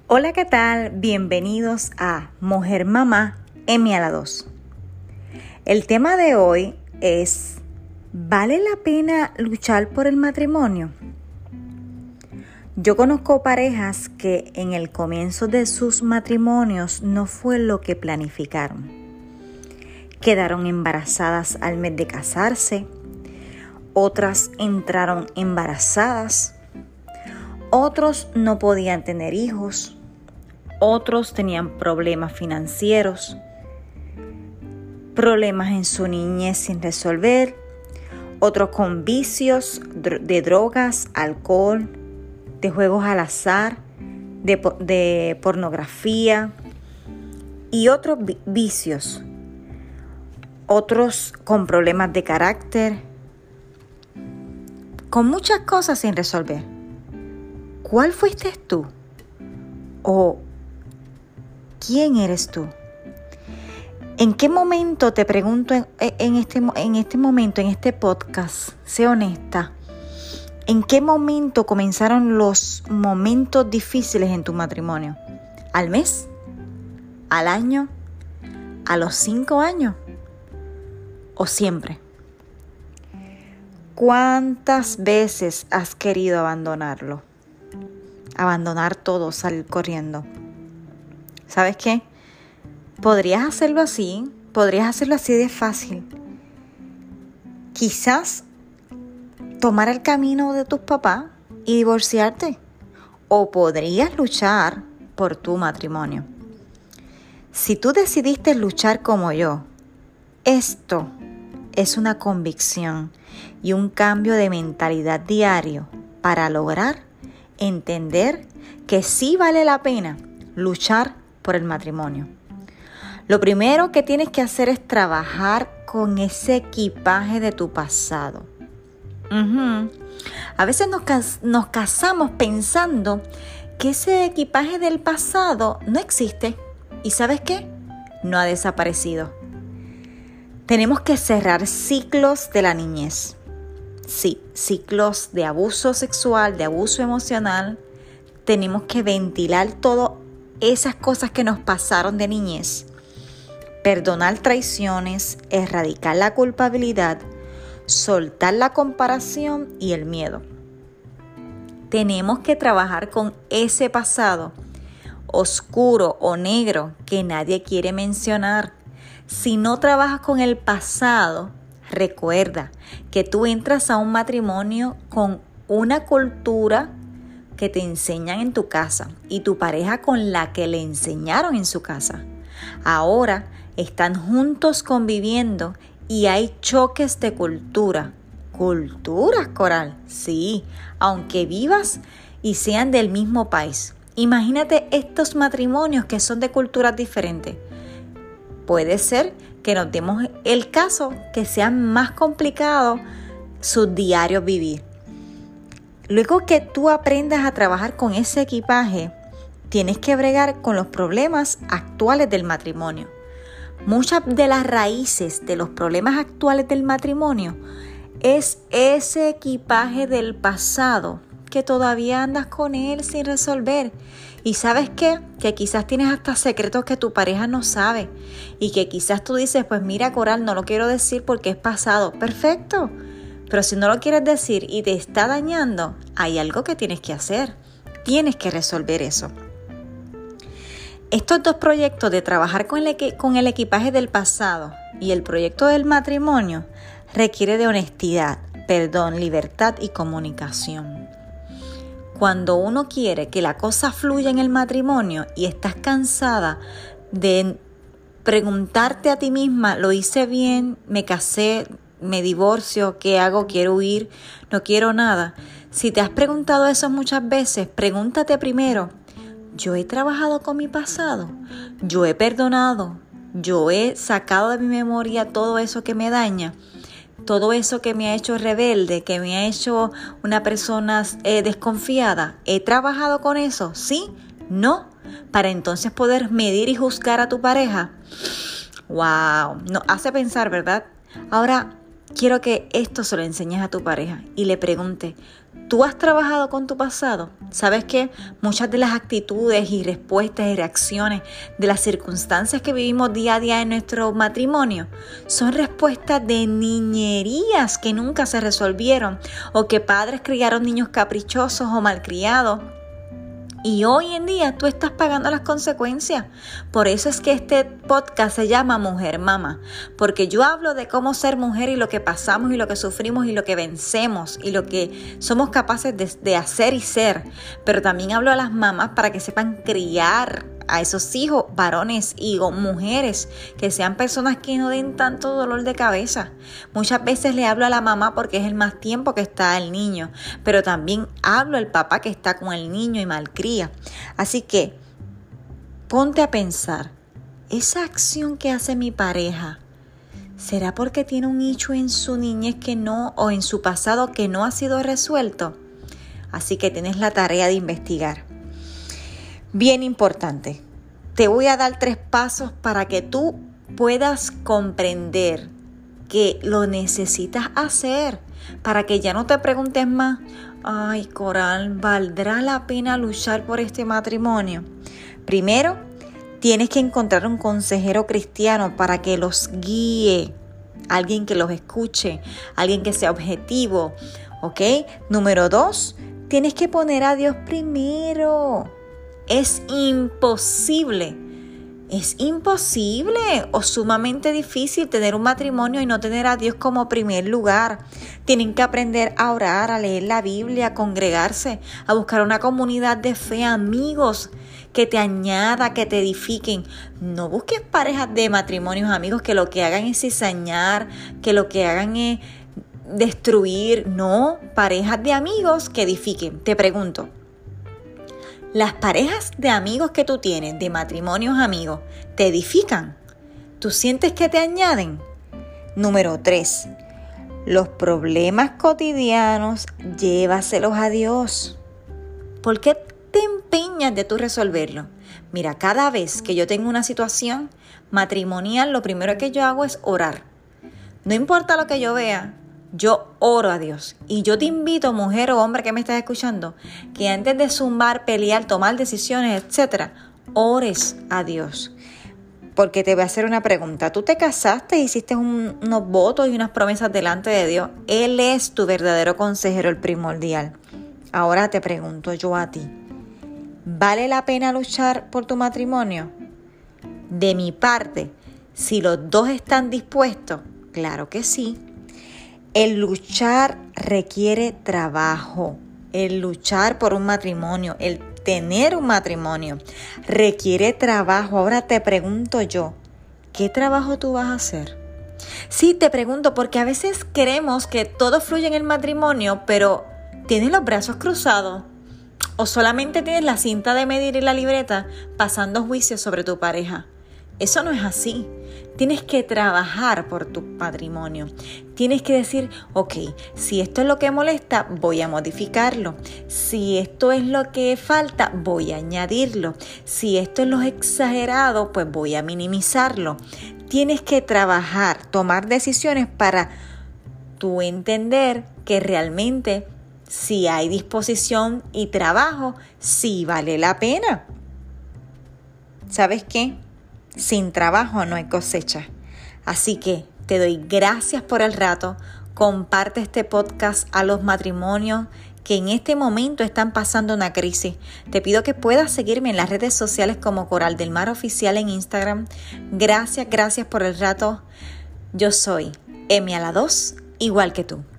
Hola, ¿qué tal? Bienvenidos a Mujer Mamá M a la 2. El tema de hoy es: ¿vale la pena luchar por el matrimonio? Yo conozco parejas que en el comienzo de sus matrimonios no fue lo que planificaron. Quedaron embarazadas al mes de casarse, otras entraron embarazadas, otros no podían tener hijos, otros tenían problemas financieros, problemas en su niñez sin resolver, otros con vicios de drogas, alcohol, de juegos al azar, de pornografía y otros vicios, otros con problemas de carácter, con muchas cosas sin resolver. ¿Cuál fuiste tú? ¿O quién eres tú? ¿En qué momento, te pregunto en este momento, en este podcast, sé honesta, ¿en qué momento comenzaron los momentos difíciles en tu matrimonio? ¿Al mes? ¿Al año? ¿A los 5 años? ¿O siempre? ¿Cuántas veces has querido abandonarlo? Abandonar todo, salir corriendo. ¿Sabes qué? Podrías hacerlo así de fácil. Quizás tomar el camino de tus papás y divorciarte. O podrías luchar por tu matrimonio. Si tú decidiste luchar como yo, esto es una convicción y un cambio de mentalidad diario para lograr entender que sí vale la pena luchar por el matrimonio. Lo primero que tienes que hacer es trabajar con ese equipaje de tu pasado. A veces nos casamos pensando que ese equipaje del pasado no existe. ¿Y sabes qué? No ha desaparecido. Tenemos que cerrar ciclos de la niñez. Sí, ciclos de abuso sexual, de abuso emocional. Tenemos que ventilar todas esas cosas que nos pasaron de niñez. Perdonar traiciones, erradicar la culpabilidad, soltar la comparación y el miedo. Tenemos que trabajar con ese pasado oscuro o negro que nadie quiere mencionar. Si no trabajas con el pasado, recuerda que tú entras a un matrimonio con una cultura que te enseñan en tu casa y tu pareja con la que le enseñaron en su casa. Ahora están juntos conviviendo y hay choques de cultura. ¿Culturas, Coral? Sí, aunque vivas y sean del mismo país. Imagínate estos matrimonios que son de culturas diferentes. Puede ser que nos demos el caso que sea más complicado sus diarios vivir. Luego que tú aprendas a trabajar con ese equipaje, tienes que bregar con los problemas actuales del matrimonio. Muchas de las raíces de los problemas actuales del matrimonio es ese equipaje del pasado que todavía andas con él sin resolver. ¿Y sabes qué? Que quizás tienes hasta secretos que tu pareja no sabe y que quizás tú dices, pues mira, Coral, no lo quiero decir porque es pasado. Perfecto, pero si no lo quieres decir y te está dañando, hay algo que tienes que hacer. Tienes que resolver eso. Estos dos proyectos de trabajar con el equipaje del pasado y el proyecto del matrimonio requiere de honestidad, perdón, libertad y comunicación. Cuando uno quiere que la cosa fluya en el matrimonio y estás cansada de preguntarte a ti misma, ¿lo hice bien? ¿Me casé? ¿Me divorcio? ¿Qué hago? ¿Quiero huir? ¿No quiero nada? Si te has preguntado eso muchas veces, pregúntate primero, ¿yo he trabajado con mi pasado? ¿Yo he perdonado? ¿Yo he sacado de mi memoria todo eso que me daña? Todo eso que me ha hecho rebelde, que me ha hecho una persona desconfiada, ¿he trabajado con eso? ¿Sí? ¿No? Para entonces poder medir y juzgar a tu pareja. ¡Wow! Nos hace pensar, ¿verdad? Ahora, quiero que esto se lo enseñes a tu pareja y le pregunte, ¿Tú has trabajado con tu pasado? ¿Sabes que muchas de las actitudes y respuestas y reacciones de las circunstancias que vivimos día a día en nuestro matrimonio son respuestas de niñerías que nunca se resolvieron o que padres criaron niños caprichosos o malcriados? Y hoy en día tú estás pagando las consecuencias. Por eso es que este podcast se llama Mujer Mama. Porque yo hablo de cómo ser mujer y lo que pasamos y lo que sufrimos y lo que vencemos y lo que somos capaces de hacer y ser. Pero también hablo a las mamás para que sepan criar a esos hijos, varones y mujeres, que sean personas que no den tanto dolor de cabeza. Muchas veces le hablo a la mamá porque es el más tiempo que está el niño, pero también hablo al papá que está con el niño y malcría. Así que ponte a pensar, esa acción que hace mi pareja, ¿será porque tiene un hecho en su niñez que no, o en su pasado que no ha sido resuelto? Así que tienes la tarea de investigar. Bien importante, te voy a dar 3 pasos para que tú puedas comprender que lo necesitas hacer, para que ya no te preguntes más, ay Coral, ¿valdrá la pena luchar por este matrimonio? Primero, tienes que encontrar un consejero cristiano para que los guíe, alguien que los escuche, alguien que sea objetivo, ¿ok? Número 2, tienes que poner a Dios primero. Es imposible o sumamente difícil tener un matrimonio y no tener a Dios como primer lugar. Tienen que aprender a orar, a leer la Biblia, a congregarse, a buscar una comunidad de fe, amigos que te añada, que te edifiquen. No busques parejas de matrimonios, amigos, que lo que hagan es cizañar, que lo que hagan es destruir. No, parejas de amigos que edifiquen. Te pregunto, ¿las parejas de amigos que tú tienes, de matrimonios amigos, te edifican? ¿Tú sientes que te añaden? Número 3, los problemas cotidianos, llévaselos a Dios. ¿Por qué te empeñas de tú resolverlo? Mira, cada vez que yo tengo una situación matrimonial, lo primero que yo hago es orar. No importa lo que yo vea, yo oro a Dios. Y yo te invito, mujer o hombre que me estás escuchando, que antes de zumbar, pelear, tomar decisiones, etcétera, ores a Dios. Porque te voy a hacer una pregunta. Tú te casaste, hiciste unos votos y unas promesas delante de Dios. Él es tu verdadero consejero, el primordial. Ahora te pregunto yo a ti, ¿vale la pena luchar por tu matrimonio? De mi parte, si los dos están dispuestos, claro que sí. El luchar requiere trabajo. El luchar por un matrimonio, el tener un matrimonio, requiere trabajo. Ahora te pregunto yo, ¿qué trabajo tú vas a hacer? Sí, te pregunto porque a veces creemos que todo fluye en el matrimonio, pero ¿tienes los brazos cruzados? ¿O solamente tienes la cinta de medir y la libreta pasando juicios sobre tu pareja? Eso no es así. Tienes que trabajar por tu matrimonio. Tienes que decir, ok, si esto es lo que molesta, voy a modificarlo. Si esto es lo que falta, voy a añadirlo. Si esto es lo exagerado, pues voy a minimizarlo. Tienes que trabajar, tomar decisiones para tú entender que realmente si hay disposición y trabajo, sí vale la pena. ¿Sabes qué? Sin trabajo no hay cosecha. Así que te doy gracias por el rato. Comparte este podcast a los matrimonios que en este momento están pasando una crisis. Te pido que puedas seguirme en las redes sociales como Coral del Mar Oficial en Instagram. Gracias por el rato. Yo soy Emi a la 2, igual que tú.